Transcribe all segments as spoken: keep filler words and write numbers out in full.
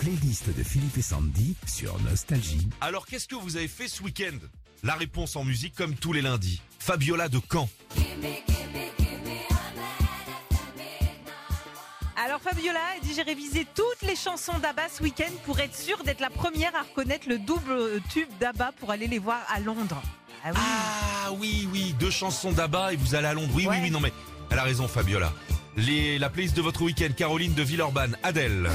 playlist de Philippe et Sandy sur Nostalgie. Alors qu'est-ce que vous avez fait ce week-end? La réponse en musique comme tous les lundis. Fabiola de Caen. Alors Fabiola a dit j'ai révisé toutes les chansons d'Abba ce week-end pour être sûre d'être la première à reconnaître le double tube d'Abba pour aller les voir à Londres. Ah oui, Ah oui, oui, deux chansons d'Abba et vous allez à Londres. Oui, Ouais. oui, oui, non mais elle a raison Fabiola. Les, la playlist de votre week-end, Caroline de Villeurbanne, Adèle.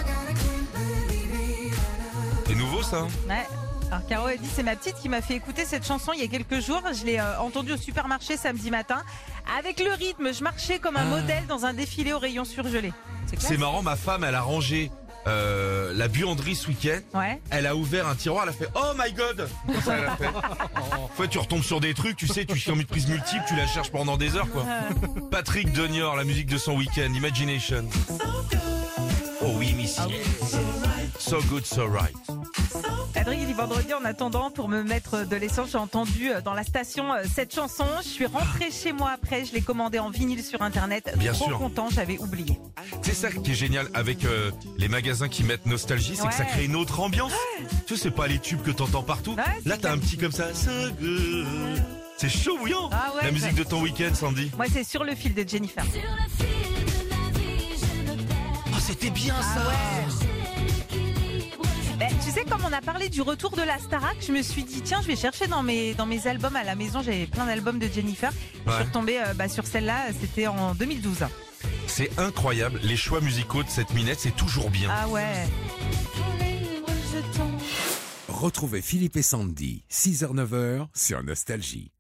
C'est nouveau ça hein? ouais. Alors Caro a dit c'est ma petite qui m'a fait écouter cette chanson il y a quelques jours. Je l'ai euh, entendue au supermarché samedi matin. Avec le rythme, je marchais comme un Ah. modèle dans un défilé aux rayons surgelés. C'est classe. C'est marrant, ma femme elle a rangé euh, la buanderie ce week-end. Ouais. Elle a ouvert un tiroir, elle a fait oh my god. Comme ça elle a fait. Fois tu retombes sur des trucs, tu sais, tu fais une prise multiple, tu la cherches pendant des heures quoi. Patrick Denior, la musique de son week-end, Imagination. Oh oui, Missy. Ah oui. So good, so right. Adrien il dit vendredi en attendant pour me mettre de l'essence, j'ai entendu euh, dans la station euh, cette chanson. Je suis rentrée chez moi après, je l'ai commandée en vinyle sur internet. Bien Trop sûr. content, j'avais oublié. C'est ça qui est génial avec euh, les magasins qui mettent Nostalgie, c'est Ouais. que ça crée une autre ambiance. Tu sais, c'est pas les tubes que t'entends partout. Ouais, c'est Là, t'as clair. un petit comme ça. So good. C'est chaud bouillant. Ah ouais, la musique ça- de ton week-end, Sandy. Moi c'est Sur le fil de Jennifer. Sur le fil de ma vie, je me perds. Oh, c'était bien Ah ça. L'équilibre, je Ben, tu sais, comme on a parlé du retour de la Starac, je me suis dit, tiens, je vais chercher dans mes, dans mes albums à la maison. J'avais plein d'albums de Jennifer. Je Ouais. suis retombée euh, bah, sur celle-là, c'était en deux mille douze. C'est incroyable. Les choix musicaux de cette minette, c'est toujours bien. Ah ouais. l'équilibre, je tombe. Retrouvez Philippe et Sandy, six heures neuf heures sur Nostalgie.